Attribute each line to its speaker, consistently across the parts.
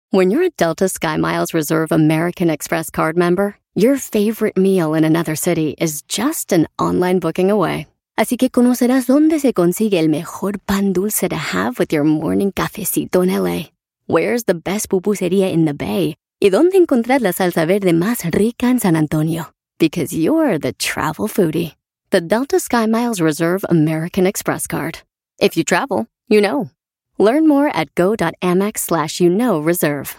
Speaker 1: When you're a Delta SkyMiles Reserve American Express card member, your favorite meal in another city is just an online booking away. Así que conocerás dónde se consigue el mejor pan dulce to have with your morning cafecito en LA. Where's the best pupusería in the Bay? Y dónde encontrar la salsa verde más rica en San Antonio. Because you're the travel foodie. The Delta SkyMiles Reserve American Express card. If you travel, you know. Learn more at go.amex/reserve.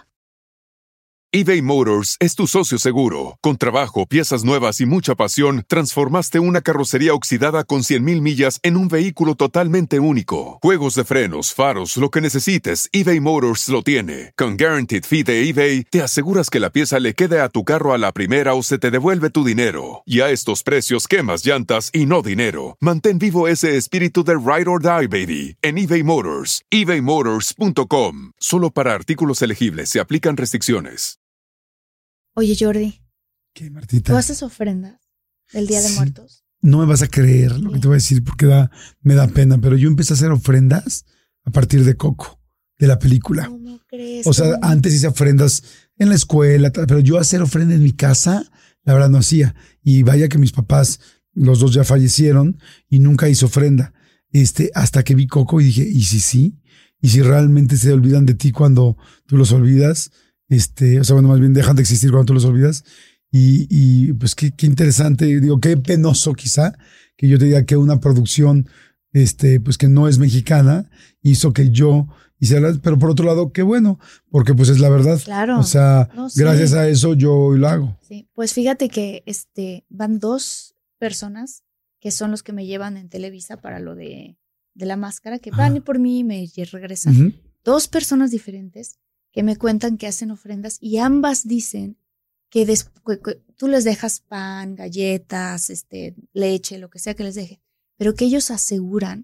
Speaker 2: eBay Motors es tu socio seguro. Con trabajo, piezas nuevas y mucha pasión, transformaste una carrocería oxidada con 100,000 millas en un vehículo totalmente único. Juegos de frenos, faros, lo que necesites, eBay Motors lo tiene. Con Guaranteed Fee de eBay, te aseguras que la pieza le quede a tu carro a la primera o se te devuelve tu dinero. Y a estos precios, quemas llantas y no dinero. Mantén vivo ese espíritu de Ride or Die, baby, en eBay Motors. ebaymotors.com. Solo para artículos elegibles se aplican restricciones.
Speaker 3: Oye, Jordi.
Speaker 4: ¿Qué, Martita?
Speaker 3: ¿Tú haces ofrendas del Día de Muertos?
Speaker 4: No me vas a creer lo que te voy a decir porque me da pena, pero yo empecé a hacer ofrendas a partir de Coco, de la película.
Speaker 3: ¿Cómo crees?
Speaker 4: O sea, antes hice ofrendas en la escuela, pero yo hacer ofrenda en mi casa, la verdad no hacía. Y vaya que mis papás, los dos ya fallecieron y nunca hice ofrenda. Hasta que vi Coco y dije, ¿y si sí? ¿Y si realmente se olvidan de ti cuando tú los olvidas? O sea, bueno, más bien dejan de existir cuando tú los olvidas. Y pues qué interesante, digo, qué penoso quizá que yo te diga que una producción, pues que no es mexicana, hizo que yo hiciera, pero por otro lado, qué bueno, porque pues es la verdad.
Speaker 3: Claro.
Speaker 4: O sea,
Speaker 3: no, sí.
Speaker 4: Gracias a eso yo hoy lo hago.
Speaker 3: Sí, pues fíjate que van dos personas que son los que me llevan en Televisa para lo de la máscara, que van y por mí y me regresan.
Speaker 4: Uh-huh.
Speaker 3: Dos personas diferentes que me cuentan que hacen ofrendas y ambas dicen que tú les dejas pan, galletas, leche, lo que sea que les deje, pero que ellos aseguran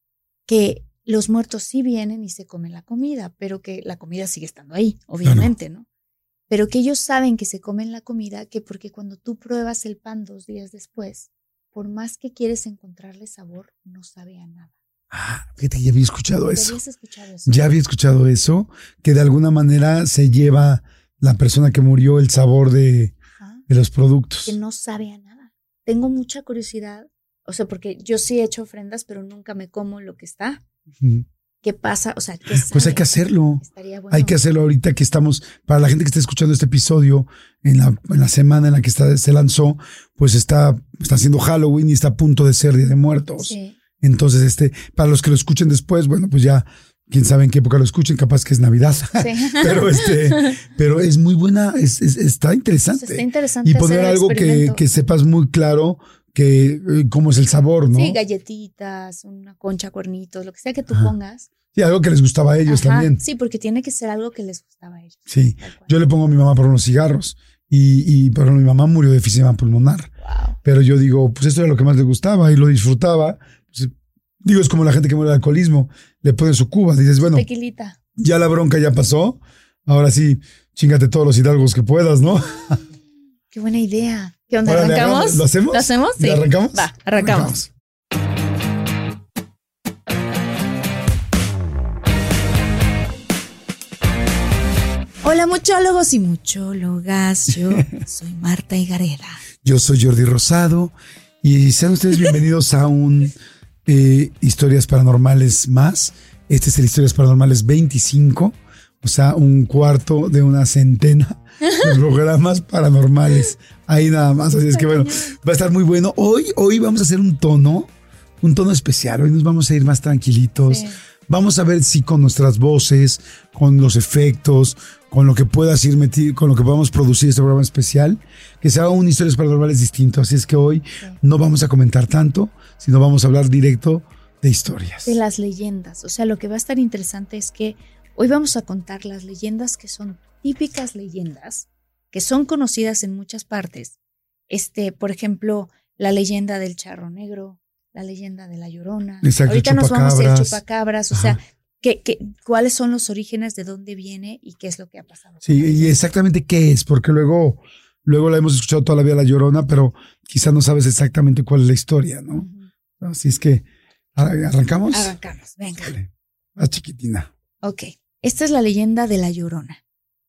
Speaker 3: que los muertos sí vienen y se comen la comida, pero que la comida sigue estando ahí, obviamente, ¿no? Pero que ellos saben que se comen la comida, que porque cuando tú pruebas el pan 2 días después, por más que quieres encontrarle sabor, no sabe a nada.
Speaker 4: Fíjate que ya había escuchado eso.
Speaker 3: ¿Habías escuchado eso?
Speaker 4: Ya había escuchado eso, que de alguna manera se lleva la persona que murió el sabor de los productos.
Speaker 3: Que no sabe a nada. Tengo mucha curiosidad, o sea, porque yo sí he hecho ofrendas, pero nunca me como lo que está. Uh-huh. ¿Qué pasa? O sea, ¿qué sabe?
Speaker 4: Pues hay que haciendo.
Speaker 3: Estaría bueno.
Speaker 4: Hay que hacerlo ahorita que estamos, para la gente que está escuchando este episodio, en la semana en la que se lanzó, pues está haciendo Halloween y está a punto de ser Día de Muertos. Sí. Entonces, para los que lo escuchen después, bueno, pues ya, quién sabe en qué época lo escuchen, capaz que es Navidad. Sí. pero es muy buena, está interesante.
Speaker 3: Está interesante.
Speaker 4: Y poner algo que sepas muy claro cómo es el sabor, ¿no?
Speaker 3: Sí, galletitas, una concha, cuernitos, lo que sea que tú pongas.
Speaker 4: Sí, algo que les gustaba a ellos también.
Speaker 3: Sí, porque tiene que ser algo que les gustaba a ellos.
Speaker 4: Sí, yo le pongo a mi mamá por unos cigarros y por ejemplo, mi mamá murió de efisema pulmonar. Wow. Pero yo digo, pues esto era lo que más le gustaba y lo disfrutaba. Pues, digo, es como la gente que muere de alcoholismo, le ponen su cuba, dices, bueno,
Speaker 3: tequilita.
Speaker 4: Ya la bronca ya pasó, ahora sí, chíngate todos los hidalgos que puedas, ¿no?
Speaker 3: Qué buena idea. ¿Qué onda?
Speaker 4: Órale,
Speaker 3: ¿Arrancamos?
Speaker 4: ¿Lo hacemos?
Speaker 3: ¿Lo hacemos? Sí.
Speaker 4: ¿Le arrancamos?
Speaker 3: Va, arrancamos. Hola, muchólogos y muchólogas. Yo soy Marta Higareda.
Speaker 4: Yo soy Jordi Rosado y sean ustedes bienvenidos a un Historias Paranormales más. Este es el Historias Paranormales 25, o sea, un cuarto de una centena de programas paranormales. Ahí nada más, así es que bueno, va a estar muy bueno. Hoy vamos a hacer un tono especial. Hoy nos vamos a ir más tranquilitos. Sí. Vamos a ver si con nuestras voces, con los efectos, con lo que puedas ir metido, con lo que podamos producir este programa especial, que sea un Historias Paranormales distinto. Así es que hoy no vamos a comentar tanto, sino vamos a hablar directo de historias.
Speaker 3: De las leyendas. O sea, lo que va a estar interesante es que hoy vamos a contar las leyendas que son típicas leyendas, que son conocidas en muchas partes. Por ejemplo, la leyenda del charro negro, la leyenda de la Llorona.
Speaker 4: Exacto,
Speaker 3: ahorita nos vamos a ir chupacabras, o sea, cuáles son los orígenes, de dónde viene y qué es lo que ha pasado.
Speaker 4: Sí, y exactamente qué es, porque luego la hemos escuchado toda la vida la Llorona, pero quizá no sabes exactamente cuál es la historia, ¿no? Uh-huh. Así es que, ¿arrancamos?
Speaker 3: Arrancamos, venga.
Speaker 4: Vale. Más chiquitina.
Speaker 3: Ok, esta es la leyenda de la Llorona.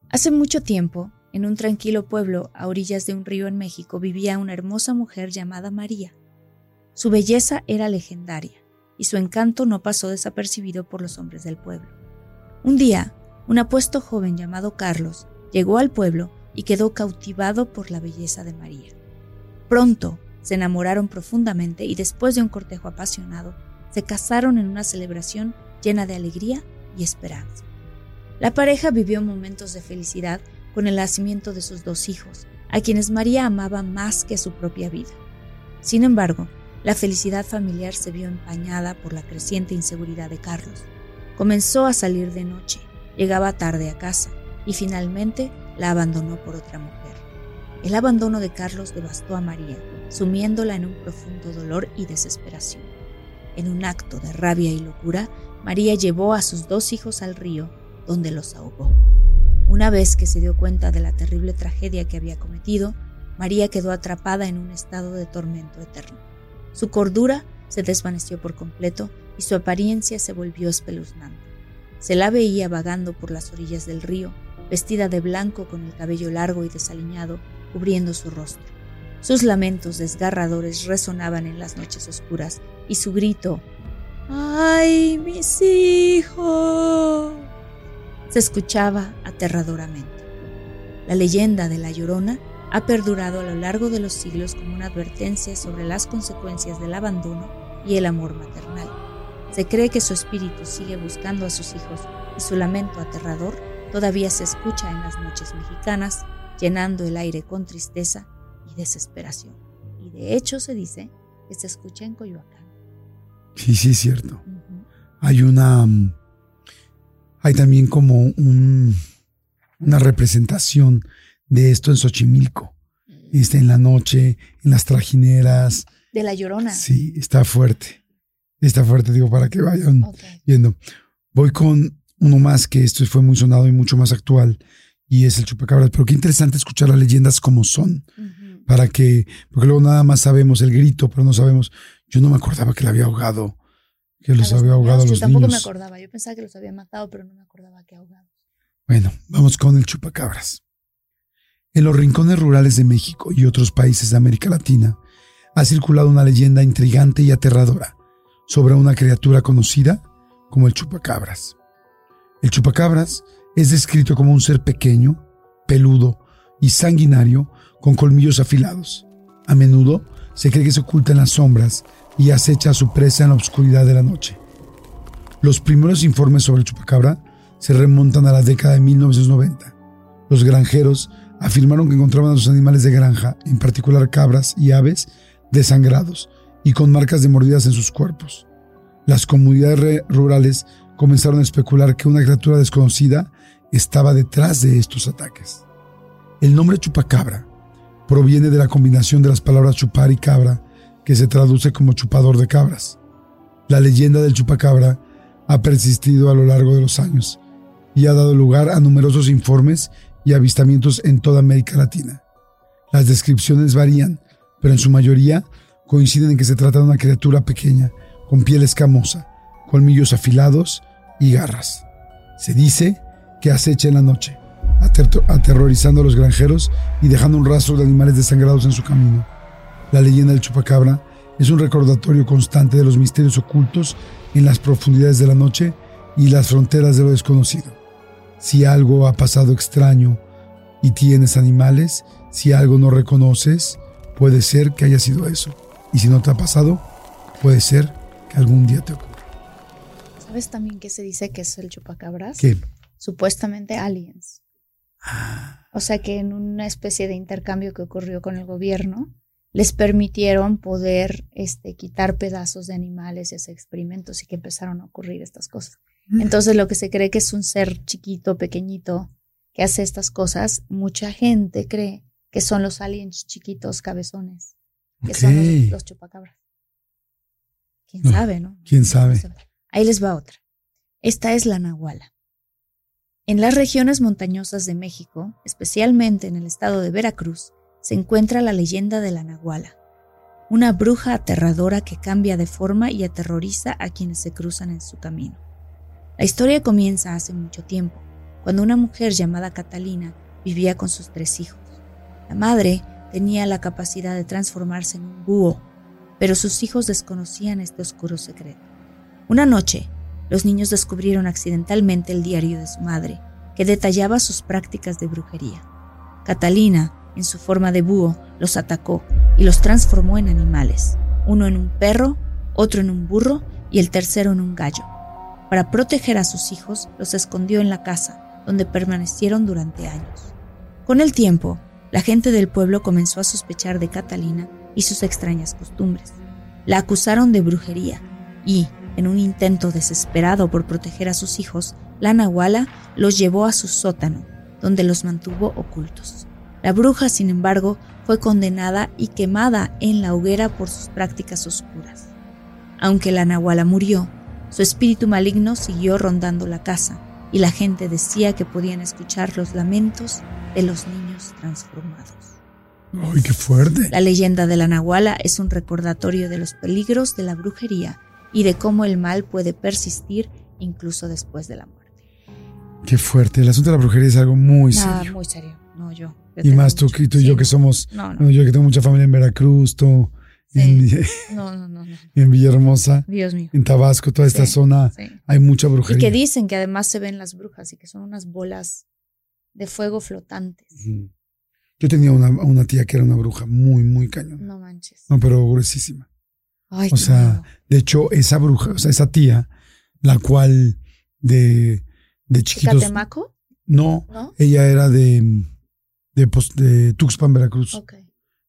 Speaker 3: Hace mucho tiempo, en un tranquilo pueblo a orillas de un río en México, vivía una hermosa mujer llamada María. Su belleza era legendaria y su encanto no pasó desapercibido por los hombres del pueblo. Un día, un apuesto joven llamado Carlos llegó al pueblo y quedó cautivado por la belleza de María. Pronto se enamoraron profundamente y después de un cortejo apasionado, se casaron en una celebración llena de alegría y esperanza. La pareja vivió momentos de felicidad con el nacimiento de sus 2 hijos, a quienes María amaba más que a su propia vida. Sin embargo, la felicidad familiar se vio empañada por la creciente inseguridad de Carlos. Comenzó a salir de noche, llegaba tarde a casa y finalmente la abandonó por otra mujer. El abandono de Carlos devastó a María, sumiéndola en un profundo dolor y desesperación. En un acto de rabia y locura, María llevó a sus 2 hijos al río, donde los ahogó. Una vez que se dio cuenta de la terrible tragedia que había cometido, María quedó atrapada en un estado de tormento eterno. Su cordura se desvaneció por completo y su apariencia se volvió espeluznante. Se la veía vagando por las orillas del río, vestida de blanco con el cabello largo y desaliñado, cubriendo su rostro. Sus lamentos desgarradores resonaban en las noches oscuras y su grito, ¡ay, mis hijos!, se escuchaba aterradoramente. La leyenda de La Llorona ha perdurado a lo largo de los siglos como una advertencia sobre las consecuencias del abandono y el amor maternal. Se cree que su espíritu sigue buscando a sus hijos y su lamento aterrador todavía se escucha en las noches mexicanas, llenando el aire con tristeza y desesperación. Y de hecho se dice que se escucha en Coyoacán.
Speaker 4: Sí, es cierto. Hay también como una representación de esto en Xochimilco. En la noche, en las trajineras.
Speaker 3: De La Llorona.
Speaker 4: Sí, está fuerte. Está fuerte, digo, para que vayan viendo. Voy con uno más que esto fue muy sonado y mucho más actual, y es el chupacabras. Pero qué interesante escuchar las leyendas como son. Porque luego nada más sabemos el grito, pero no sabemos. Yo no me acordaba que la había ahogado. Que los había ahogado a los niños. Yo
Speaker 3: tampoco me acordaba. Yo pensaba que los había matado, pero no me acordaba que ahogado.
Speaker 4: Bueno, vamos con el chupacabras. En los rincones rurales de México y otros países de América Latina ha circulado una leyenda intrigante y aterradora sobre una criatura conocida como el chupacabras. El chupacabras es descrito como un ser pequeño, peludo y sanguinario con colmillos afilados. A menudo se cree que se oculta en las sombras y acecha a su presa en la oscuridad de la noche. Los primeros informes sobre el chupacabra se remontan a la década de 1990. Los granjeros afirmaron que encontraban a sus animales de granja, en particular cabras y aves, desangrados y con marcas de mordidas en sus cuerpos. Las comunidades rurales comenzaron a especular que una criatura desconocida estaba detrás de estos ataques. El nombre chupacabra proviene de la combinación de las palabras chupar y cabra, que se traduce como chupador de cabras. La leyenda del chupacabra ha persistido a lo largo de los años y ha dado lugar a numerosos informes y avistamientos en toda América Latina. Las descripciones varían, pero en su mayoría coinciden en que se trata de una criatura pequeña, con piel escamosa, colmillos afilados y garras. Se dice que acecha en la noche, aterrorizando a los granjeros y dejando un rastro de animales desangrados en su camino. La leyenda del chupacabra es un recordatorio constante de los misterios ocultos en las profundidades de la noche y las fronteras de lo desconocido. Si algo ha pasado extraño y tienes animales, si algo no reconoces, puede ser que haya sido eso. Y si no te ha pasado, puede ser que algún día te ocurra.
Speaker 3: ¿Sabes también qué se dice que es el chupacabras?
Speaker 4: ¿Qué?
Speaker 3: Supuestamente aliens. O sea que en una especie de intercambio que ocurrió con el gobierno, les permitieron poder quitar pedazos de animales y hacer experimentos y que empezaron a ocurrir estas cosas. Entonces lo que se cree que es un ser chiquito, pequeñito, que hace estas cosas, mucha gente cree que son los aliens chiquitos, cabezones, que son los chupacabras. ¿Quién sabe, no?
Speaker 4: ¿Quién sabe?
Speaker 3: Ahí les va otra. Esta es la nahuala. En las regiones montañosas de México, especialmente en el estado de Veracruz, se encuentra la leyenda de la nahuala, una bruja aterradora que cambia de forma y aterroriza a quienes se cruzan en su camino. La historia comienza hace mucho tiempo, cuando una mujer llamada Catalina vivía con sus 3 hijos. La madre tenía la capacidad de transformarse en un búho, pero sus hijos desconocían este oscuro secreto. Una noche, los niños descubrieron accidentalmente el diario de su madre, que detallaba sus prácticas de brujería. Catalina, en su forma de búho, los atacó y los transformó en animales, uno en un perro, otro en un burro y el tercero en un gallo. Para proteger a sus hijos, los escondió en la casa, donde permanecieron durante años. Con el tiempo, la gente del pueblo comenzó a sospechar de Catalina y sus extrañas costumbres. La acusaron de brujería y, en un intento desesperado por proteger a sus hijos, la nahuala los llevó a su sótano, donde los mantuvo ocultos. La bruja, sin embargo, fue condenada y quemada en la hoguera por sus prácticas oscuras. Aunque la nahuala murió, su espíritu maligno siguió rondando la casa y la gente decía que podían escuchar los lamentos de los niños transformados.
Speaker 4: ¡Ay, qué fuerte!
Speaker 3: La leyenda de la nahuala es un recordatorio de los peligros de la brujería y de cómo el mal puede persistir incluso después de la muerte.
Speaker 4: ¡Qué fuerte! El asunto de la brujería es algo muy serio.
Speaker 3: Muy serio. No, yo
Speaker 4: y más tú y yo que somos...
Speaker 3: No.
Speaker 4: Yo que tengo mucha familia en Veracruz, tú...
Speaker 3: Sí. No.
Speaker 4: En Villahermosa,
Speaker 3: Dios mío.
Speaker 4: En Tabasco, toda esta zona, hay mucha brujería.
Speaker 3: Y que dicen que además se ven las brujas y que son unas bolas de fuego flotantes.
Speaker 4: Yo tenía una tía que era una bruja muy, muy cañona.
Speaker 3: No manches.
Speaker 4: No, pero gruesísima.
Speaker 3: Ay,
Speaker 4: o sea, de hecho, esa bruja, o sea, esa tía, la cual de chiquitos...
Speaker 3: ¿Catemaco?
Speaker 4: No, ella era de Tuxpan, Veracruz.
Speaker 3: Okay.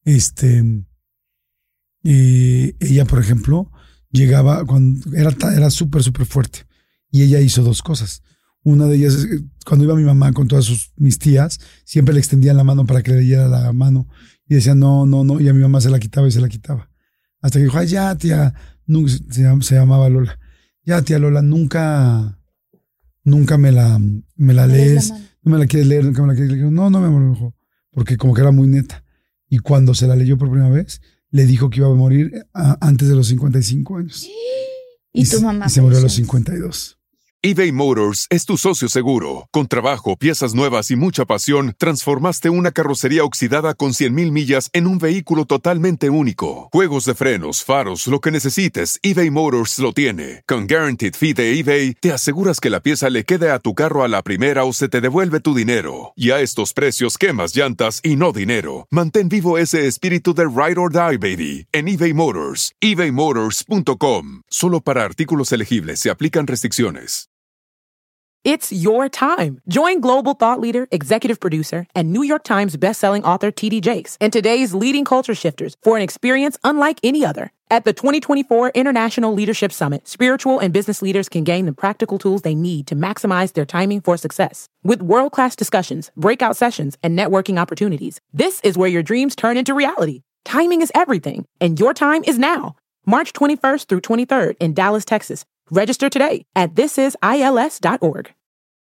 Speaker 4: Ella, por ejemplo, llegaba cuando era súper, súper fuerte. Y ella hizo 2 cosas. Una de ellas, cuando iba mi mamá con todas mis tías, siempre le extendían la mano para que le leyera la mano. Y decían, no. Y a mi mamá se la quitaba y se la quitaba. Hasta que dijo, ay, ya, tía. Se llamaba Lola. Ya, tía Lola, nunca me la lees. No me la quieres leer, nunca me la quieres leer. No, mi amor, me dijo. Porque como que era muy neta. Y cuando se la leyó por primera vez, le dijo que iba a morir antes de los 55 años.
Speaker 3: ¿Y tu mamá?
Speaker 4: Y se murió a los 52.
Speaker 2: eBay Motors es tu socio seguro. Con trabajo, piezas nuevas y mucha pasión, transformaste una carrocería oxidada con 100,000 millas en un vehículo totalmente único. Juegos de frenos, faros, lo que necesites, eBay Motors lo tiene. Con Guaranteed Fee de eBay, te aseguras que la pieza le quede a tu carro a la primera o se te devuelve tu dinero. Y a estos precios, quemas llantas y no dinero. Mantén vivo ese espíritu de Ride or Die, baby, en eBay Motors. ebaymotors.com. Solo para artículos elegibles se aplican restricciones.
Speaker 5: It's your time. Join global thought leader, executive producer, and New York Times bestselling author T.D. Jakes and today's leading culture shifters for an experience unlike any other. At the 2024 International Leadership Summit, spiritual and business leaders can gain the practical tools they need to maximize their timing for success. With world-class discussions, breakout sessions, and networking opportunities, this is where your dreams turn into reality. Timing is everything, and your time is now. March 21st through 23rd in Dallas, Texas. Register today at thisisils.org.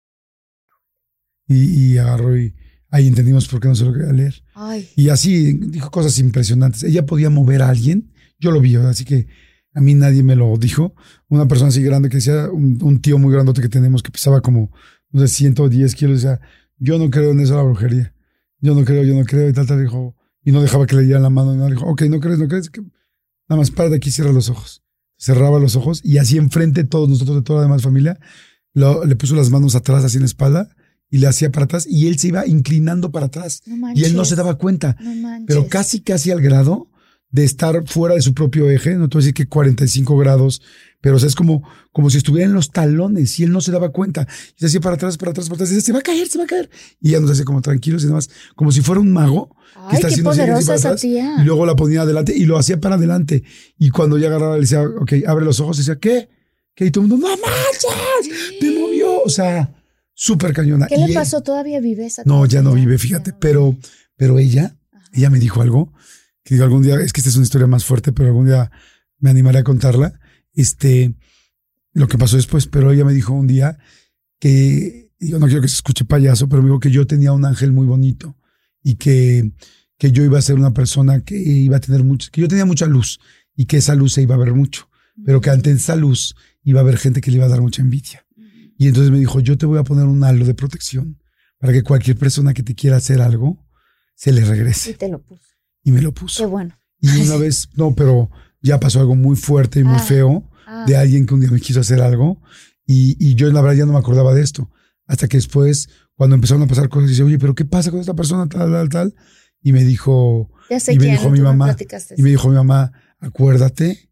Speaker 4: Y agarró y ahí entendimos por qué no se lo quería leer.
Speaker 3: Ay.
Speaker 4: Y así dijo cosas impresionantes. Ella podía mover a alguien. Yo lo vi, así que a mí nadie me lo dijo. Una persona así grande que decía, un tío muy grandote que tenemos que pesaba como, no sé, 110 kilos. Decía, yo no creo en eso, la brujería. Yo no creo. Y tal, dijo. Y no dejaba que le dieran la mano. Y no dijo, ok, no crees. Nada más para de aquí, cierra los ojos. Cerraba los ojos y así enfrente de todos nosotros, de toda la demás familia, le puso las manos atrás, así en la espalda, y le hacía para atrás, y él se iba inclinando para atrás.
Speaker 3: No manches.
Speaker 4: Y él no se daba cuenta.
Speaker 3: No manches.
Speaker 4: Pero casi al grado de estar fuera de su propio eje, no te voy a decir que 45 grados, pero o sea, es como si estuviera en los talones y él no se daba cuenta. Y se hacía para atrás, y decía, se va a caer. Y ya nos hacía como tranquilos y demás, como si fuera un mago.
Speaker 3: Ay, qué poderosa esa tía.
Speaker 4: Y luego la ponía adelante y lo hacía para adelante. Y cuando ya agarraba, le decía, ok, abre los ojos, y decía, ¿qué? Y todo el mundo, ¡no manches! ¡Me movió! O sea, súper cañona.
Speaker 3: ¿Qué le pasó? ¿Todavía vive esa tía?
Speaker 4: No, ya no vive, fíjate. Pero ella me dijo algo, que digo, algún día, es que esta es una historia más fuerte, pero algún día me animaré a contarla. Lo que pasó después, pero ella me dijo un día que, yo no quiero que se escuche payaso, pero me dijo que yo tenía un ángel muy bonito y que yo iba a ser una persona que iba a tener que yo tenía mucha luz y que esa luz se iba a ver mucho, pero que ante esa luz iba a haber gente que le iba a dar mucha envidia. Y entonces me dijo, yo te voy a poner un halo de protección para que cualquier persona que te quiera hacer algo, se le regrese.
Speaker 3: Y te lo puso.
Speaker 4: Y me lo puso.
Speaker 3: Qué bueno.
Speaker 4: Y una vez, no, pero ya pasó algo muy fuerte y muy feo de alguien que un día me quiso hacer algo. Y yo la verdad ya no me acordaba de esto. Hasta que después, cuando empezaron a pasar cosas, dice, oye, pero ¿qué pasa con esta persona tal? Y me dijo,
Speaker 3: ya sé
Speaker 4: y me
Speaker 3: quién,
Speaker 4: dijo mi mamá, acuérdate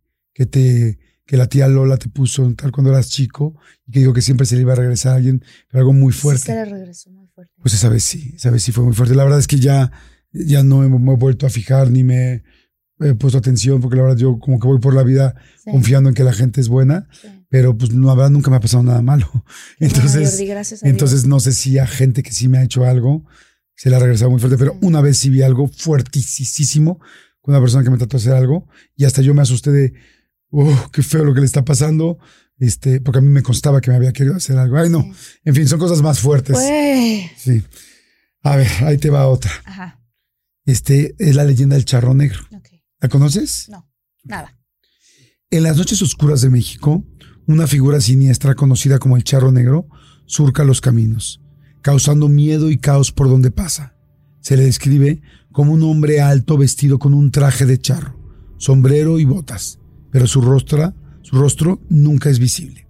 Speaker 4: que la tía Lola te puso tal cuando eras chico y que dijo que siempre se le iba a regresar a alguien, pero algo muy fuerte.
Speaker 3: Sí, se le regresó muy fuerte.
Speaker 4: Pues esa vez sí fue muy fuerte. La verdad es que ya no me he vuelto a fijar ni me he puesto atención, porque la verdad yo como que voy por la vida confiando en que la gente es buena, pero pues la verdad nunca me ha pasado nada malo. Entonces,
Speaker 3: Jordi, gracias a
Speaker 4: entonces
Speaker 3: Dios.
Speaker 4: no sé si a gente que sí me ha hecho algo se le ha regresado muy fuerte, pero una vez sí vi algo fuertísimo con una persona que me trató de hacer algo y hasta yo me asusté de qué feo lo que le está pasando, porque a mí me constaba que me había querido hacer algo. Ay, no. Sí. En fin, son cosas más fuertes.
Speaker 3: Pues.
Speaker 4: Sí. A ver, ahí te va otra.
Speaker 3: Ajá.
Speaker 4: Es la leyenda del charro negro.
Speaker 3: Okay.
Speaker 4: ¿La conoces?
Speaker 3: No, nada.
Speaker 4: En las noches oscuras de México, una figura siniestra conocida como el charro negro surca los caminos, causando miedo y caos por donde pasa. Se le describe como un hombre alto vestido con un traje de charro, sombrero y botas, pero su rostro nunca es visible.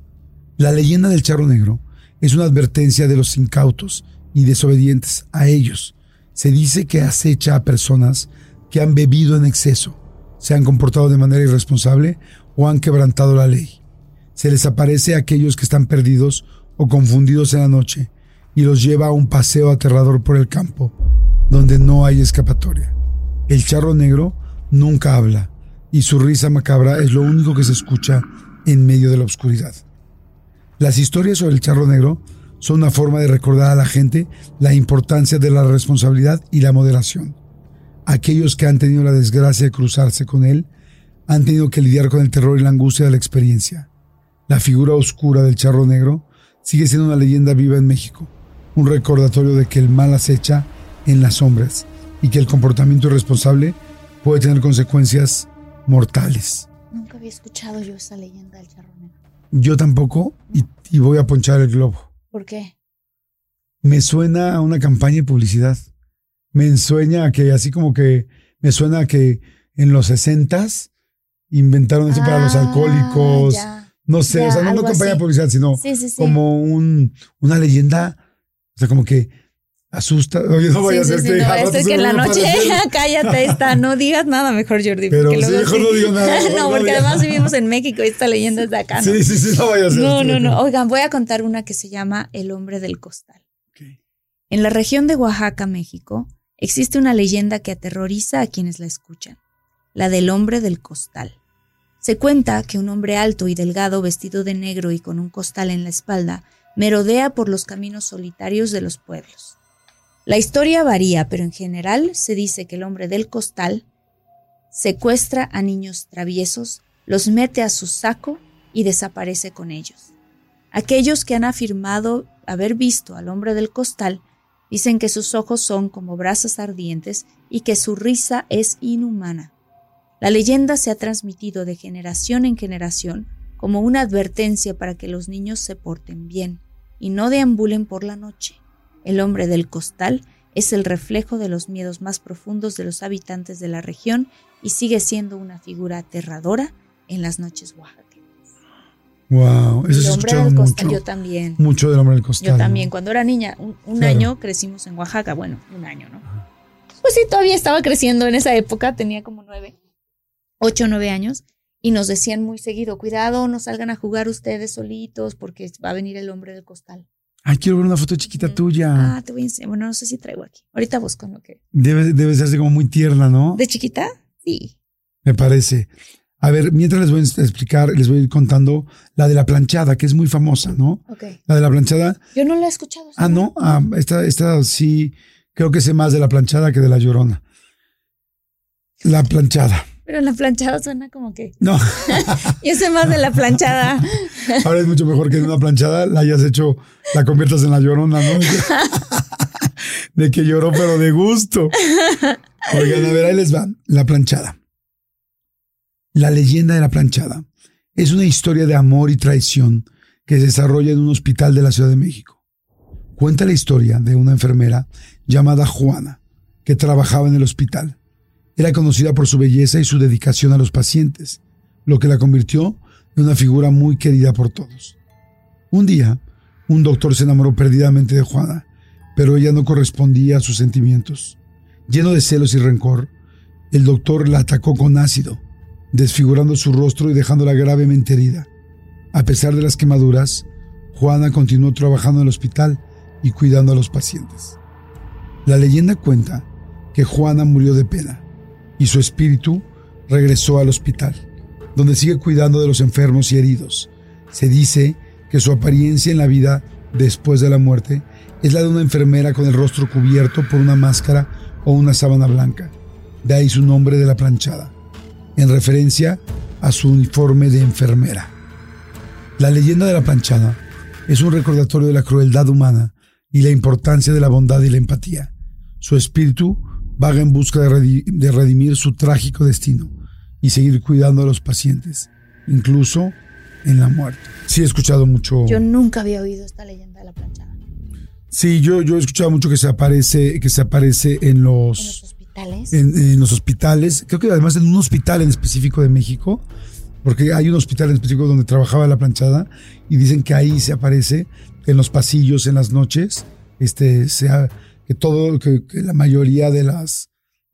Speaker 4: La leyenda del charro negro es una advertencia de los incautos y desobedientes a ellos. Se dice que acecha a personas que han bebido en exceso, se han comportado de manera irresponsable o han quebrantado la ley. Se les aparece a aquellos que están perdidos o confundidos en la noche y los lleva a un paseo aterrador por el campo, donde no hay escapatoria. El charro negro nunca habla y su risa macabra es lo único que se escucha en medio de la oscuridad. Las historias sobre el charro negro son una forma de recordar a la gente la importancia de la responsabilidad y la moderación. Aquellos que han tenido la desgracia de cruzarse con él han tenido que lidiar con el terror y la angustia de la experiencia. La figura oscura del charro negro sigue siendo una leyenda viva en México, un recordatorio de que el mal acecha en las sombras y que el comportamiento irresponsable puede tener consecuencias mortales.
Speaker 3: Nunca había escuchado yo esa leyenda del charro negro.
Speaker 4: Yo tampoco, y voy a ponchar el globo.
Speaker 3: ¿Por qué?
Speaker 4: Me suena a una campaña de publicidad. Me suena a que, así como que, me suena a que en los 60s inventaron eso para los alcohólicos. Ya, no sé, o sea, no una campaña de publicidad, sino como una leyenda, o sea, como que asusta. Oye, no vaya a ser que...
Speaker 3: No, es que en la noche, cállate, no digas nada mejor, Jordi.
Speaker 4: Pero sí, mejor no digo nada.
Speaker 3: No, porque además vivimos en México y esta leyenda es de acá, ¿no?
Speaker 4: Sí, no vaya a ser.
Speaker 3: No. Oigan, voy a contar una que se llama El Hombre del Costal.
Speaker 4: Okay.
Speaker 3: En la región de Oaxaca, México, existe una leyenda que aterroriza a quienes la escuchan, la del Hombre del Costal. Se cuenta que un hombre alto y delgado, vestido de negro y con un costal en la espalda, merodea por los caminos solitarios de los pueblos. La historia varía, pero en general se dice que el hombre del costal secuestra a niños traviesos, los mete a su saco y desaparece con ellos. Aquellos que han afirmado haber visto al hombre del costal dicen que sus ojos son como brasas ardientes y que su risa es inhumana. La leyenda se ha transmitido de generación en generación como una advertencia para que los niños se porten bien y no deambulen por la noche. El hombre del costal es el reflejo de los miedos más profundos de los habitantes de la región y sigue siendo una figura aterradora en las noches oaxaqueñas.
Speaker 4: Wow, eso se ha escuchado mucho.
Speaker 3: Yo también.
Speaker 4: Mucho del hombre del costal.
Speaker 3: Yo también. ¿No? Cuando era niña, un año crecimos en Oaxaca. Bueno, un año, ¿no? Pues sí, todavía estaba creciendo en esa época. Tenía como 8 o 9 años. Y nos decían muy seguido, cuidado, no salgan a jugar ustedes solitos porque va a venir el hombre del costal.
Speaker 4: Ay, quiero ver una foto chiquita tuya.
Speaker 3: Te voy a enseñar. Bueno, no sé si traigo aquí. Ahorita busco lo que...
Speaker 4: Debe serse como muy tierna, ¿no?
Speaker 3: ¿De chiquita? Sí.
Speaker 4: Me parece. A ver, mientras les voy a explicar, les voy a ir contando la de la planchada, que es muy famosa, ¿no?
Speaker 3: Ok.
Speaker 4: La de la planchada.
Speaker 3: Yo no la he escuchado. ¿Sí?
Speaker 4: ¿No? Esta sí, creo que sé más de la planchada que de la Llorona. La planchada.
Speaker 3: Pero la planchada suena como que...
Speaker 4: No.
Speaker 3: Yo sé más de la planchada.
Speaker 4: Ahora es mucho mejor que en una planchada la hayas hecho, la conviertas en la Llorona, ¿no? De que lloró, pero de gusto. Oigan, a ver, ahí les va. La planchada. La leyenda de la planchada es una historia de amor y traición que se desarrolla en un hospital de la Ciudad de México. Cuenta la historia de una enfermera llamada Juana, que trabajaba en el hospital. Era conocida por su belleza y su dedicación a los pacientes, lo que la convirtió en una figura muy querida por todos. Un día, un doctor se enamoró perdidamente de Juana, pero ella no correspondía a sus sentimientos. Lleno de celos y rencor, el doctor la atacó con ácido, desfigurando su rostro y dejándola gravemente herida. A pesar de las quemaduras, Juana continuó trabajando en el hospital y cuidando a los pacientes. La leyenda cuenta que Juana murió de pena y su espíritu regresó al hospital, donde sigue cuidando de los enfermos y heridos. Se dice que su apariencia en la vida después de la muerte es la de una enfermera con el rostro cubierto por una máscara o una sábana blanca. De ahí su nombre de la planchada, en referencia a su uniforme de enfermera. La leyenda de la planchada es un recordatorio de la crueldad humana y la importancia de la bondad y la empatía. Su espíritu vaga en busca de redimir su trágico destino y seguir cuidando a los pacientes, incluso en la muerte. Sí, he escuchado mucho.
Speaker 3: Yo nunca había oído esta leyenda de la planchada.
Speaker 4: Sí, yo he escuchado mucho que se aparece en los
Speaker 3: hospitales.
Speaker 4: En los hospitales. Creo que además en un hospital en específico de México, porque hay un hospital en específico donde trabajaba la planchada y dicen que ahí se aparece en los pasillos en las noches, que la mayoría de las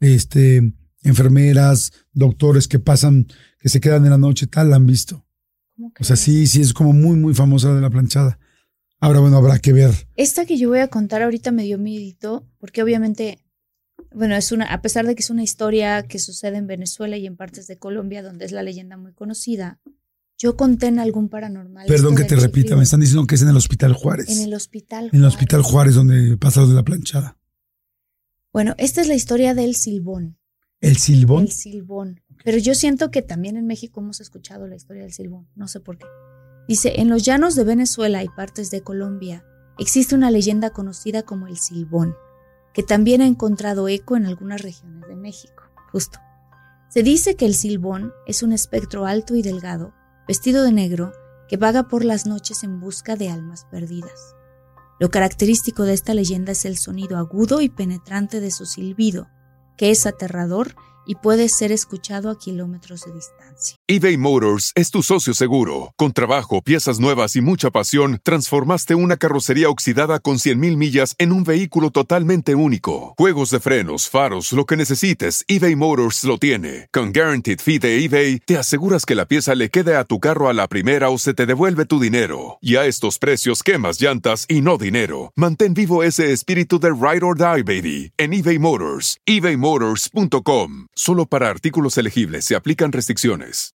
Speaker 4: enfermeras, doctores que se quedan en la noche tal, la han visto. O sea, sí es como muy, muy famosa de la planchada. Ahora, bueno, habrá que ver.
Speaker 3: Esta que yo voy a contar ahorita me dio miedito, porque obviamente, bueno, a pesar de que es una historia que sucede en Venezuela y en partes de Colombia, donde es la leyenda muy conocida, yo conté en algún paranormal.
Speaker 4: Perdón que te repita, me están diciendo que es en el Hospital Juárez.
Speaker 3: En el Hospital Juárez.
Speaker 4: En el Hospital Juárez, donde pasa lo de la planchada.
Speaker 3: Bueno, esta es la historia del Silbón.
Speaker 4: ¿El Silbón?
Speaker 3: El Silbón. Pero yo siento que también en México hemos escuchado la historia del Silbón, no sé por qué. Dice, en los llanos de Venezuela y partes de Colombia existe una leyenda conocida como el Silbón, que también ha encontrado eco en algunas regiones de México, justo. Se dice que el Silbón es un espectro alto y delgado, vestido de negro, que vaga por las noches en busca de almas perdidas. Lo característico de esta leyenda es el sonido agudo y penetrante de su silbido, que es aterrador y puede ser escuchado a kilómetros de distancia.
Speaker 2: eBay Motors es tu socio seguro. Con trabajo, piezas nuevas y mucha pasión, transformaste una carrocería oxidada con 100,000 millas en un vehículo totalmente único. Juegos de frenos, faros, lo que necesites, eBay Motors lo tiene. Con Guaranteed Fee de eBay, te aseguras que la pieza le quede a tu carro a la primera o se te devuelve tu dinero. Y a estos precios, quemas llantas y no dinero. Mantén vivo ese espíritu de Ride or Die, baby, en eBay Motors. ebaymotors.com. Solo para artículos elegibles se aplican restricciones.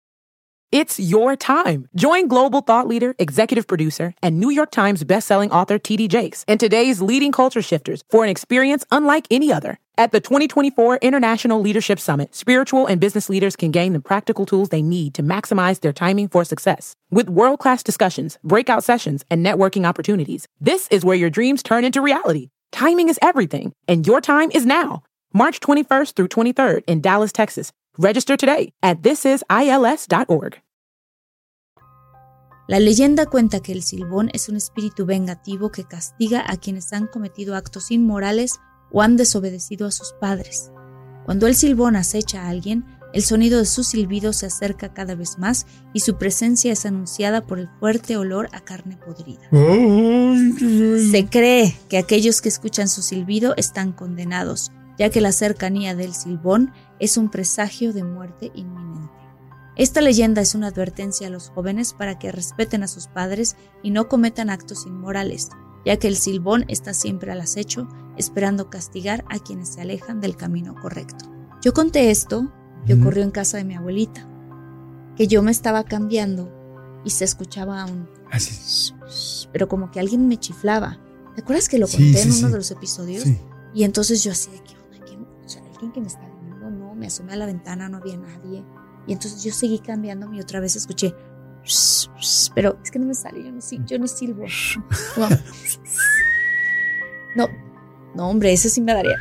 Speaker 5: It's your time. Join global thought leader, executive producer, and New York Times bestselling author T.D. Jakes and today's leading culture shifters for an experience unlike any other. At the 2024 International Leadership Summit, spiritual and business leaders can gain the practical tools they need to maximize their timing for success. With world-class discussions, breakout sessions, and networking opportunities, this is where your dreams turn into reality. Timing is everything, and your time is now. March 21st through 23rd in Dallas, Texas. Register today at thisisils.org.
Speaker 3: La leyenda cuenta que el Silbón es un espíritu vengativo que castiga a quienes han cometido actos inmorales o han desobedecido a sus padres. Cuando el Silbón acecha a alguien, el sonido de su silbido se acerca cada vez más y su presencia es anunciada por el fuerte olor a carne podrida. Se cree que aquellos que escuchan su silbido están condenados, ya que la cercanía del Silbón es un presagio de muerte inminente. Esta leyenda es una advertencia a los jóvenes para que respeten a sus padres y no cometan actos inmorales, ya que el Silbón está siempre al acecho, esperando castigar a quienes se alejan del camino correcto. Yo conté esto que ocurrió en casa de mi abuelita, que yo me estaba cambiando y se escuchaba un...
Speaker 4: Así.
Speaker 3: Pero como que alguien me chiflaba. ¿Te acuerdas que lo conté en uno de los episodios?
Speaker 4: Sí.
Speaker 3: Y entonces yo así de que, alguien que me está viendo, no, me asomé a la ventana, no había nadie. Y entonces yo seguí cambiándome y otra vez escuché, pero es que no me sale, yo no silbo. No, hombre, ese sí me daría.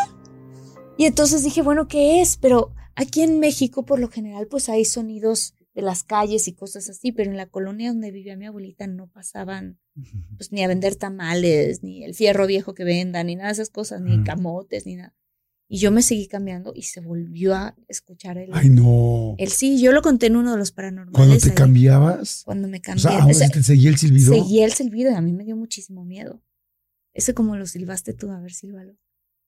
Speaker 3: Y entonces dije, bueno, ¿qué es? Pero aquí en México, por lo general, pues hay sonidos de las calles y cosas así, pero en la colonia donde vivía mi abuelita no pasaban pues ni a vender tamales, ni el fierro viejo que vendan, ni nada de esas cosas, ni camotes, ni nada. Y yo me seguí cambiando y se volvió a escuchar el...
Speaker 4: Ay, no.
Speaker 3: Sí, yo lo conté en uno de los paranormales.
Speaker 4: ¿Cuando te cambiabas?
Speaker 3: Cuando me cambié.
Speaker 4: O sea, ¿ahora te seguía el silbido?
Speaker 3: Seguía el silbido y a mí me dio muchísimo miedo. Ese como lo silbaste tú, a ver, sílvalo.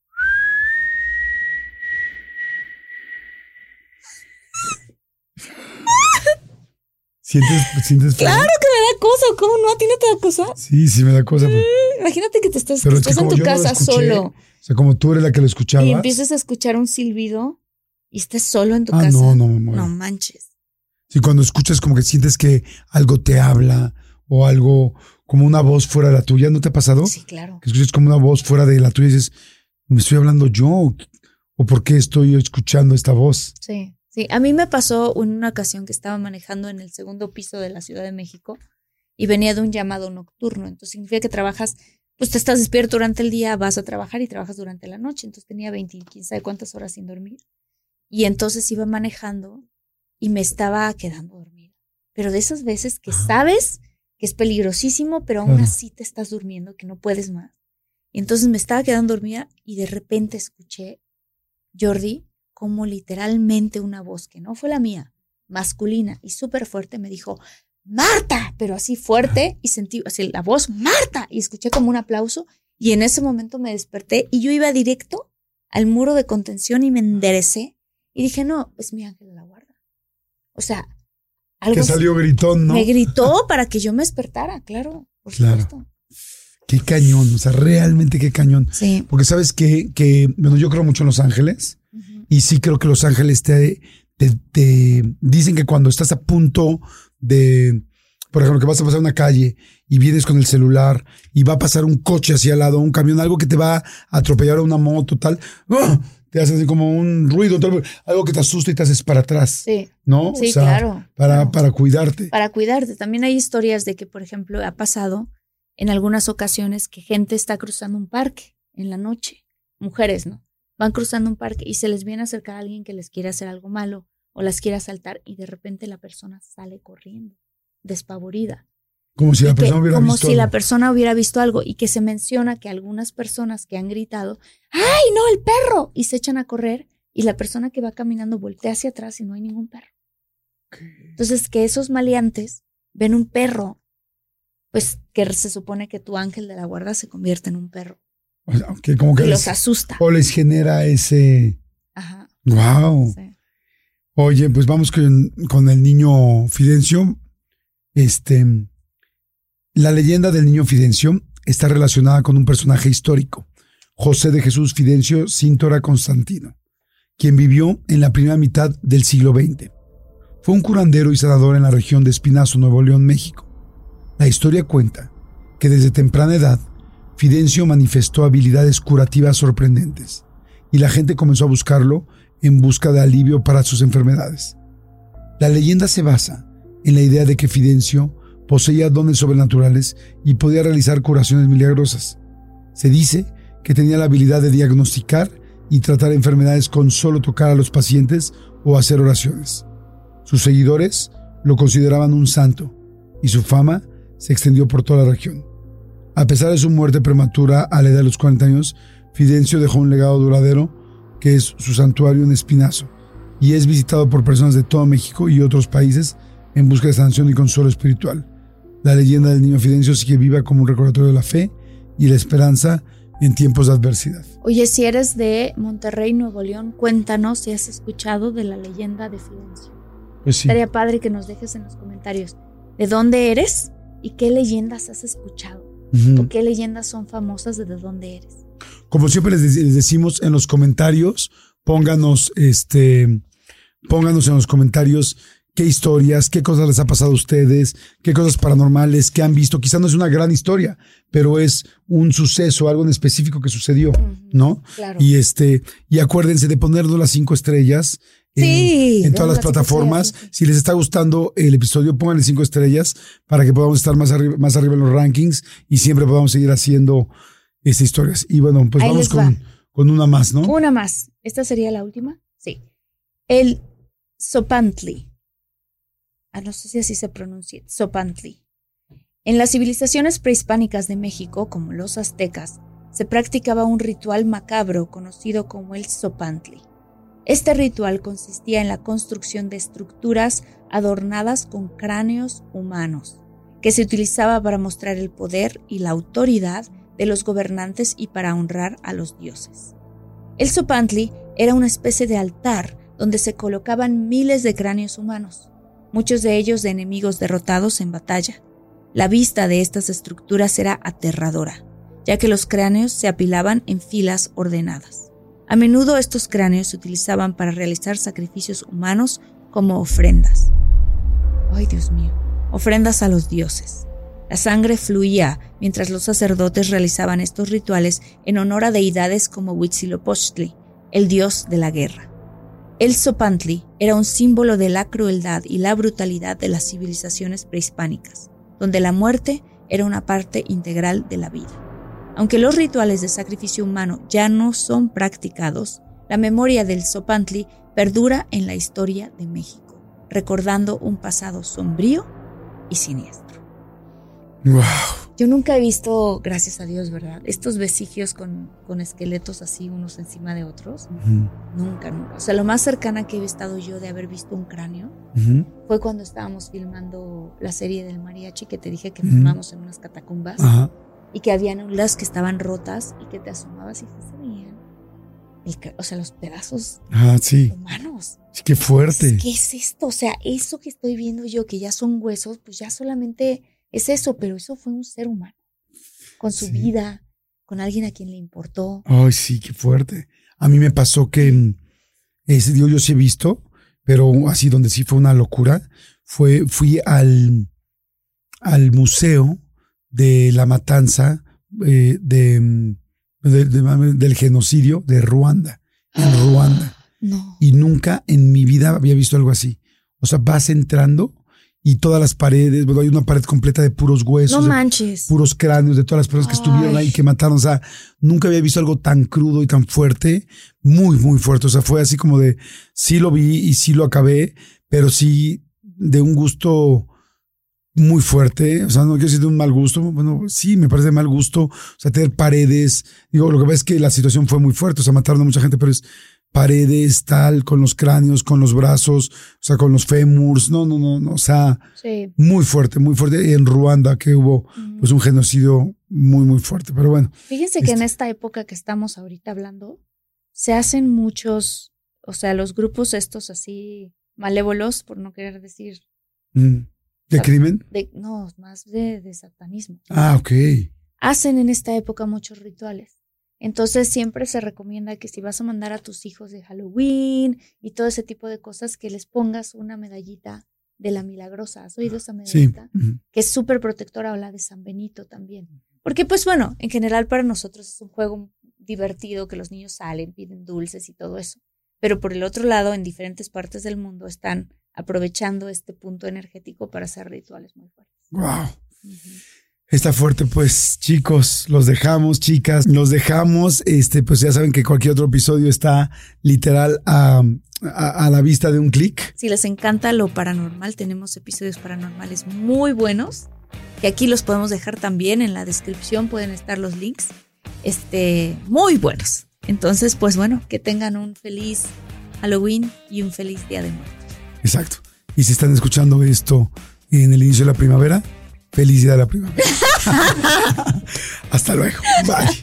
Speaker 4: ¿Sientes feo?
Speaker 3: Claro que me da cosa, ¿cómo no? ¿A ti no te da cosa?
Speaker 4: Sí, me da cosa.
Speaker 3: Imagínate que estás
Speaker 4: Pero es que
Speaker 3: en tu casa solo.
Speaker 4: O sea, como tú eres la que lo escuchabas.
Speaker 3: Y empiezas a escuchar un silbido y estés solo en tu casa.
Speaker 4: No, me muero.
Speaker 3: No manches.
Speaker 4: Sí, cuando escuchas como que sientes que algo te habla o algo como una voz fuera de la tuya, ¿no te ha pasado?
Speaker 3: Sí, claro.
Speaker 4: Que escuchas como una voz fuera de la tuya y dices, ¿me estoy hablando yo? ¿O por qué estoy escuchando esta voz?
Speaker 3: Sí. Sí, a mí me pasó en una ocasión que estaba manejando en el segundo piso de la Ciudad de México y venía de un llamado nocturno. Entonces significa que trabajas, pues te estás despierto durante el día, vas a trabajar y trabajas durante la noche. Entonces tenía 20, quién sabe cuántas horas sin dormir. Y entonces iba manejando y me estaba quedando dormida. Pero de esas veces que sabes que es peligrosísimo, pero aún así te estás durmiendo, que no puedes más. Y entonces me estaba quedando dormida y de repente escuché, Jordi, como literalmente una voz que no fue la mía, masculina y súper fuerte, me dijo, ¡Marta! Pero así fuerte y sentí así la voz, ¡Marta! Y escuché como un aplauso y en ese momento me desperté y yo iba directo al muro de contención y me enderecé y dije, no, es mi ángel de la guarda. O sea, algo
Speaker 4: que salió gritón, ¿no?
Speaker 3: Me gritó para que yo me despertara, claro, por supuesto.
Speaker 4: Qué cañón, o sea, realmente qué cañón.
Speaker 3: Sí.
Speaker 4: Porque sabes que bueno, yo creo mucho en los ángeles. Y sí creo que los ángeles te dicen que cuando estás a punto de, por ejemplo, que vas a pasar una calle y vienes con el celular y va a pasar un coche hacia al lado, un camión, algo que te va a atropellar a una moto, tal, te hace así como un ruido, tal, algo que te asusta y te haces para atrás. Sí. ¿No?
Speaker 3: Sí,
Speaker 4: o sea,
Speaker 3: claro.
Speaker 4: Para cuidarte.
Speaker 3: Para cuidarte. También hay historias de que, por ejemplo, ha pasado en algunas ocasiones que gente está cruzando un parque en la noche. Mujeres, ¿no? Van cruzando un parque y se les viene a acercar a alguien que les quiere hacer algo malo o las quiere asaltar y de repente la persona sale corriendo, despavorida.
Speaker 4: Como si la persona hubiera visto algo.
Speaker 3: Como si la persona hubiera visto algo y que se menciona que algunas personas que han gritado, ¡ay, no, el perro! Y se echan a correr y la persona que va caminando voltea hacia atrás y no hay ningún perro. Entonces, que esos maleantes ven un perro, pues que se supone que tu ángel de la guarda se convierte en un perro.
Speaker 4: O sea, que como que
Speaker 3: los asusta.
Speaker 4: O les genera ese...
Speaker 3: Ajá.
Speaker 4: Wow. Sí. Oye, pues vamos con el niño Fidencio. La leyenda del niño Fidencio está relacionada con un personaje histórico, José de Jesús Fidencio Cíntora Constantino, quien vivió en la primera mitad del siglo XX. Fue un curandero y sanador en la región de Espinazo, Nuevo León, México. La historia cuenta que desde temprana edad Fidencio manifestó habilidades curativas sorprendentes y la gente comenzó a buscarlo en busca de alivio para sus enfermedades. La leyenda se basa en la idea de que Fidencio poseía dones sobrenaturales y podía realizar curaciones milagrosas. Se dice que tenía la habilidad de diagnosticar y tratar enfermedades con solo tocar a los pacientes o hacer oraciones. Sus seguidores lo consideraban un santo y su fama se extendió por toda la región. A pesar de su muerte prematura a la edad de los 40 años, Fidencio dejó un legado duradero que es su santuario en Espinazo y es visitado por personas de todo México y otros países en busca de sanación y consuelo espiritual. La leyenda del niño Fidencio sigue viva como un recordatorio de la fe y la esperanza en tiempos de adversidad.
Speaker 3: Oye, si eres de Monterrey, Nuevo León, cuéntanos si has escuchado de la leyenda de Fidencio.
Speaker 4: Pues sí.
Speaker 3: Estaría padre que nos dejes en los comentarios de dónde eres y qué leyendas has escuchado. ¿O qué leyendas son famosas de dónde eres?
Speaker 4: Como siempre les decimos en los comentarios, pónganos en los comentarios qué historias, qué cosas les ha pasado a ustedes, qué cosas paranormales, qué han visto. Quizás no es una gran historia, pero es un suceso, algo en específico que sucedió, ¿no?
Speaker 3: Claro.
Speaker 4: Y acuérdense de ponernos las 5 estrellas. En todas las plataformas. Si les está gustando el episodio, pónganle 5 estrellas para que podamos estar más arriba en los rankings y siempre podamos seguir haciendo historias. Y bueno, pues ahí vamos con una más, ¿no?
Speaker 3: Una más. ¿Esta sería la última? Sí. El Sopantli. no sé si así se pronuncia, Tzopantli. En las civilizaciones prehispánicas de México, como los aztecas, se practicaba un ritual macabro conocido como el Tzopantli. Este ritual consistía en la construcción de estructuras adornadas con cráneos humanos, que se utilizaba para mostrar el poder y la autoridad de los gobernantes y para honrar a los dioses. El Tzopantli era una especie de altar donde se colocaban miles de cráneos humanos, muchos de ellos de enemigos derrotados en batalla. La vista de estas estructuras era aterradora, ya que los cráneos se apilaban en filas ordenadas. A menudo estos cráneos se utilizaban para realizar sacrificios humanos como ofrendas. ¡Ay, Dios mío! Ofrendas a los dioses. La sangre fluía mientras los sacerdotes realizaban estos rituales en honor a deidades como Huitzilopochtli, el dios de la guerra. El Tzopantli era un símbolo de la crueldad y la brutalidad de las civilizaciones prehispánicas, donde la muerte era una parte integral de la vida. Aunque los rituales de sacrificio humano ya no son practicados, la memoria del Tzopantli perdura en la historia de México, recordando un pasado sombrío y siniestro.
Speaker 4: Wow.
Speaker 3: Yo nunca he visto, gracias a Dios, ¿verdad?, estos vestigios con esqueletos así unos encima de otros. Nunca. O sea, lo más cercana que he estado yo de haber visto un cráneo fue cuando estábamos filmando la serie del mariachi, que te dije que filmamos en unas catacumbas. Y que habían unas que estaban rotas y que te asomabas y se veían los pedazos humanos.
Speaker 4: Sí, qué fuerte.
Speaker 3: ¿Qué es esto? O sea, eso que estoy viendo yo, que ya son huesos, pues ya solamente es eso, pero eso fue un ser humano, con su vida, con alguien a quien le importó.
Speaker 4: Ay, sí, qué fuerte. A mí me pasó que ese día yo sí he visto, pero así donde sí fue una locura, fui al museo de la matanza del genocidio de Ruanda, en Ruanda.
Speaker 3: No.
Speaker 4: Y nunca en mi vida había visto algo así. O sea, vas entrando y todas las paredes, bueno, hay una pared completa de puros huesos.
Speaker 3: No manches.
Speaker 4: Puros cráneos de todas las personas que estuvieron ahí, que mataron. O sea, nunca había visto algo tan crudo y tan fuerte. Muy, muy fuerte. O sea, fue así como de, sí lo vi y sí lo acabé, pero sí de un gusto muy fuerte. O sea, no quiero decir de un mal gusto. Bueno, sí, me parece de mal gusto. O sea, tener paredes. Digo, lo que pasa es que la situación fue muy fuerte. O sea, mataron a mucha gente, pero es paredes, tal, con los cráneos, con los brazos, o sea, con los fémurs. No. O sea, muy fuerte, muy fuerte. En Ruanda, que hubo pues un genocidio muy, muy fuerte. Pero bueno.
Speaker 3: Fíjense que en esta época que estamos ahorita hablando, se hacen muchos, o sea, los grupos estos así malévolos, por no querer decir.
Speaker 4: ¿De crimen?
Speaker 3: No, más de satanismo.
Speaker 4: Ok.
Speaker 3: Hacen en esta época muchos rituales. Entonces siempre se recomienda que si vas a mandar a tus hijos de Halloween y todo ese tipo de cosas, que les pongas una medallita de la Milagrosa. ¿Has oído esa medallita? Sí. Que es súper protectora, o la de San Benito también. Porque pues bueno, en general para nosotros es un juego divertido, que los niños salen, piden dulces y todo eso. Pero por el otro lado, en diferentes partes del mundo están aprovechando este punto energético para hacer rituales muy fuertes.
Speaker 4: Wow. Está fuerte, pues, chicos, los dejamos, chicas, los dejamos. Pues ya saben que cualquier otro episodio está literal a la vista de un clic.
Speaker 3: Si les encanta lo paranormal, tenemos episodios paranormales muy buenos, que aquí los podemos dejar también en la descripción, pueden estar los links, muy buenos. Entonces, pues bueno, que tengan un feliz Halloween y un feliz Día de Muertos.
Speaker 4: Exacto. Y si están escuchando esto en el inicio de la primavera, feliz día de la primavera. Hasta luego. Bye.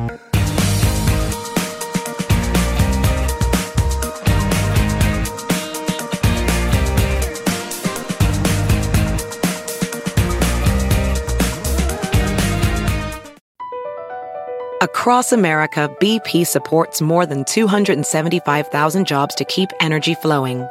Speaker 6: Across America, BP supports more than 275,000 jobs to keep energy flowing.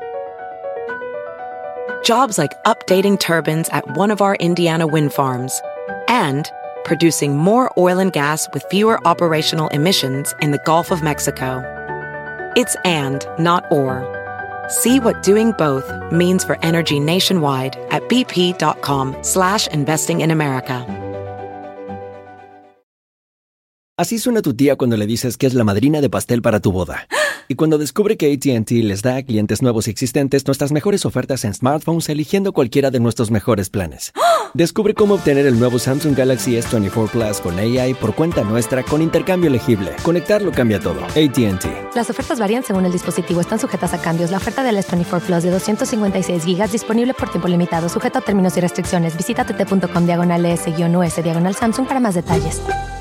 Speaker 6: Jobs like updating turbines at one of our Indiana wind farms and producing more oil and gas with fewer operational emissions in the Gulf of Mexico. It's and, not or. See what doing both means for energy nationwide at bp.com/investing in America.
Speaker 7: Así suena tu tía cuando le dices que es la madrina de pastel para tu boda. Y cuando descubre que AT&T les da a clientes nuevos y existentes nuestras mejores ofertas en smartphones eligiendo cualquiera de nuestros mejores planes. Descubre cómo obtener el nuevo Samsung Galaxy S24 Plus con AI por cuenta nuestra con intercambio elegible. Conectarlo cambia todo. AT&T.
Speaker 8: Las ofertas varían según el dispositivo. Están sujetas a cambios. La oferta del S24 Plus de 256 GB disponible por tiempo limitado. Sujeto a términos y restricciones. Visita tt.com/s-us/Samsung para más detalles.